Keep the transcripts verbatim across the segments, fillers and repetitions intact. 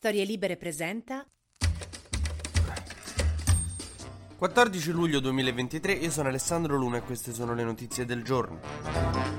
Storie Libere presenta quattordici luglio duemilaventitré, io sono Alessandro Luna e queste sono le notizie del giorno.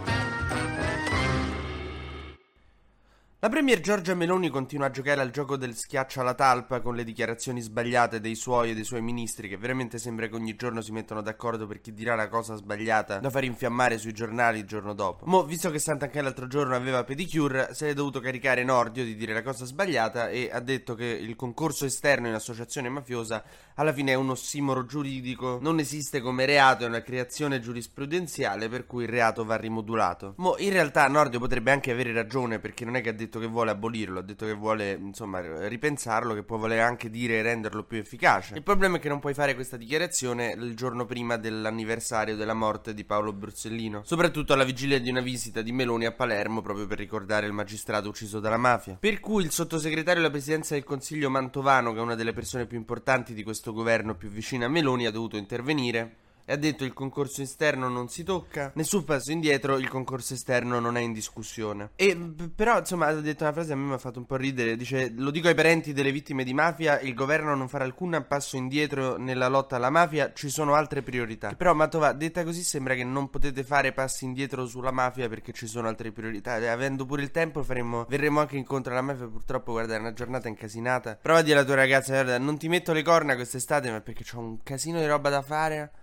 La premier Giorgia Meloni continua a giocare al gioco del schiaccia alla talpa con le dichiarazioni sbagliate dei suoi e dei suoi ministri, che veramente sembra che ogni giorno si mettono d'accordo per chi dirà la cosa sbagliata da far infiammare sui giornali il giorno dopo. Mo, visto che Santanchè l'altro giorno aveva pedicure, si è dovuto caricare Nordio di dire la cosa sbagliata e ha detto che il concorso esterno in associazione mafiosa alla fine è un ossimoro giuridico, non esiste come reato, è una creazione giurisprudenziale per cui il reato va rimodulato. Mo, in realtà Nordio potrebbe anche avere ragione, perché non è che ha detto che vuole abolirlo, ha detto che vuole, insomma, ripensarlo, che può voler anche dire renderlo più efficace. Il problema è che non puoi fare questa dichiarazione il giorno prima dell'anniversario della morte di Paolo Borsellino, soprattutto alla vigilia di una visita di Meloni a Palermo proprio per ricordare il magistrato ucciso dalla mafia. Per cui il sottosegretario alla presidenza del Consiglio Mantovano, che è una delle persone più importanti di questo governo, più vicina a Meloni, ha dovuto intervenire e ha detto: il concorso esterno non si tocca, nessun passo indietro, il concorso esterno non è in discussione. E però, insomma, ha detto una frase che a me mi ha fatto un po' ridere. Dice: lo dico ai parenti delle vittime di mafia, il governo non farà alcun passo indietro nella lotta alla mafia, ci sono altre priorità. Che però, Mantova, detta così sembra che non potete fare passi indietro sulla mafia perché ci sono altre priorità. E avendo pure il tempo faremo, verremo anche incontro alla mafia. Purtroppo, guarda, è una giornata incasinata. Prova a dire alla tua ragazza: guarda, non ti metto le corna quest'estate, ma perché c'ho un casino di roba da fare.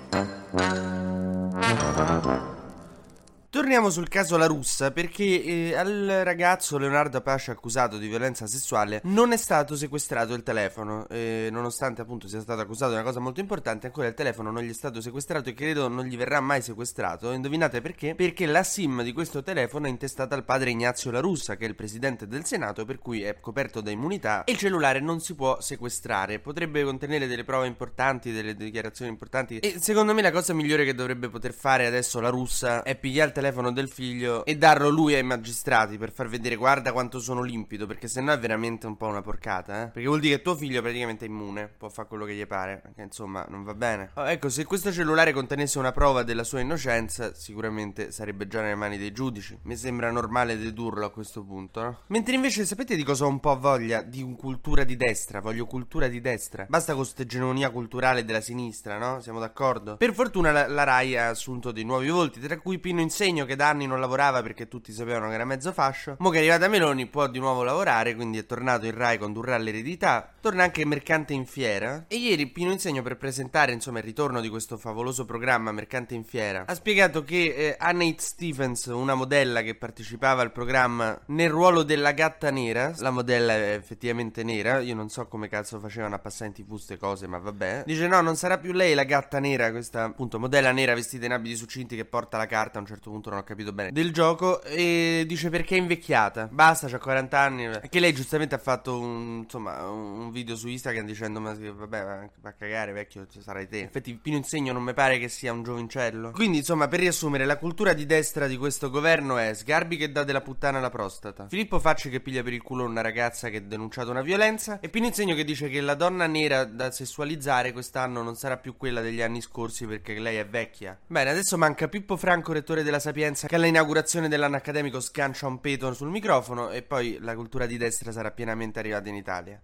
Torniamo sul caso La Russa, perché eh, al ragazzo Leonardo Apache, accusato di violenza sessuale, non è stato sequestrato il telefono, eh, nonostante appunto sia stato accusato di una cosa molto importante. Ancora il telefono non gli è stato sequestrato e credo non gli verrà mai sequestrato. Indovinate perché? Perché la SIM di questo telefono è intestata al padre Ignazio La Russa, che è il presidente del Senato, per cui è coperto da immunità e il cellulare non si può sequestrare. Potrebbe contenere delle prove importanti, delle dichiarazioni importanti, e secondo me la cosa migliore che dovrebbe poter fare adesso La Russa è pigliare il telefono del figlio e darlo lui ai magistrati per far vedere: guarda quanto sono limpido, perché sennò è veramente un po' una porcata, eh? Perché vuol dire che tuo figlio praticamente è immune, può fare quello che gli pare, che insomma non va bene. Oh, ecco, se questo cellulare contenesse una prova della sua innocenza, sicuramente sarebbe già nelle mani dei giudici. Mi sembra normale dedurlo a questo punto, no? Mentre invece sapete di cosa ho un po' voglia? Di un cultura di destra, voglio cultura di destra. Basta con questa egemonia culturale della sinistra, no? Siamo d'accordo? Per fortuna la, la Rai ha assunto dei nuovi volti, tra cui Pino Insegno, che da anni non lavorava perché tutti sapevano che era mezzo fascio. Mo che è arrivata Meloni può di nuovo lavorare, quindi è tornato in Rai, condurrà l'eredità. Torna anche Mercante in Fiera. E ieri Pino Insegno, per presentare insomma il ritorno di questo favoloso programma Mercante in Fiera, ha spiegato che eh, Anne Stephens, una modella che partecipava al programma nel ruolo della gatta nera, la modella è effettivamente nera, io non so come cazzo facevano a passare in tv ste cose, ma vabbè, dice no, non sarà più lei la gatta nera, questa appunto modella nera vestita in abiti succinti che porta la carta. A un certo punto non ho capito bene del gioco, e dice perché è invecchiata, basta, c'ha quaranta anni. E che lei giustamente ha fatto un, insomma, un video su Instagram dicendo: ma vabbè, va a cagare vecchio, sarai te. Infatti Pino Insegno non mi pare che sia un giovincello. Quindi insomma, per riassumere, la cultura di destra di questo governo è Sgarbi che dà della puttana alla prostata, Filippo Facci che piglia per il culo una ragazza che ha denunciato una violenza, e Pino Insegno che dice che la donna nera da sessualizzare quest'anno non sarà più quella degli anni scorsi perché lei è vecchia. Bene, adesso manca Pippo Franco, rettore della Sapienza, che all'inaugurazione dell'anno accademico sgancia un peto sul microfono, e poi la cultura di destra sarà pienamente arrivata in Italia.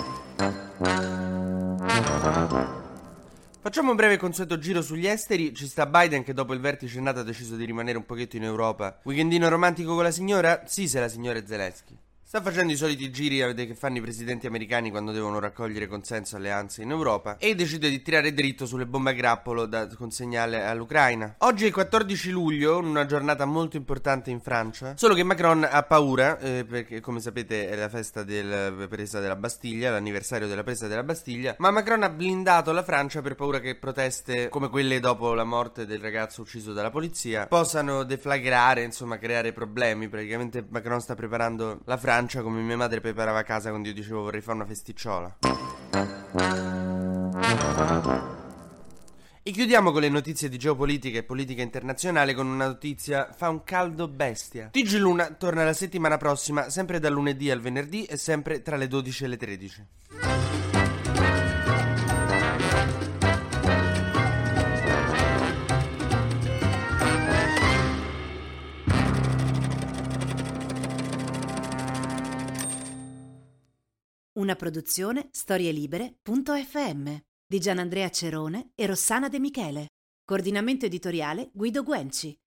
Facciamo un breve e consueto giro sugli esteri. Ci sta Biden che dopo il vertice NATO ha deciso di rimanere un pochetto in Europa. Weekendino romantico con la signora? Sì, se la signora è Zelensky. Sta facendo i soliti giri che fanno i presidenti americani quando devono raccogliere consenso e alleanze in Europa, e decide di tirare dritto sulle bombe a grappolo da consegnare all'Ucraina. Oggi è il quattordici luglio, una giornata molto importante in Francia, solo che Macron ha paura, eh, perché come sapete è la festa della presa della Bastiglia, l'anniversario della presa della Bastiglia, ma Macron ha blindato la Francia per paura che proteste come quelle dopo la morte del ragazzo ucciso dalla polizia possano deflagrare, insomma creare problemi. Praticamente Macron sta preparando la Francia come mia madre preparava a casa quando io dicevo vorrei fare una festicciola. E chiudiamo con le notizie di geopolitica e politica internazionale con una notizia: fa un caldo bestia. T G Luna torna la settimana prossima, sempre dal lunedì al venerdì e sempre tra le dodici e le tredici. Una produzione storielibere punto effe emme di Gianandrea Cerone e Rossana De Michele. Coordinamento editoriale Guido Guenci.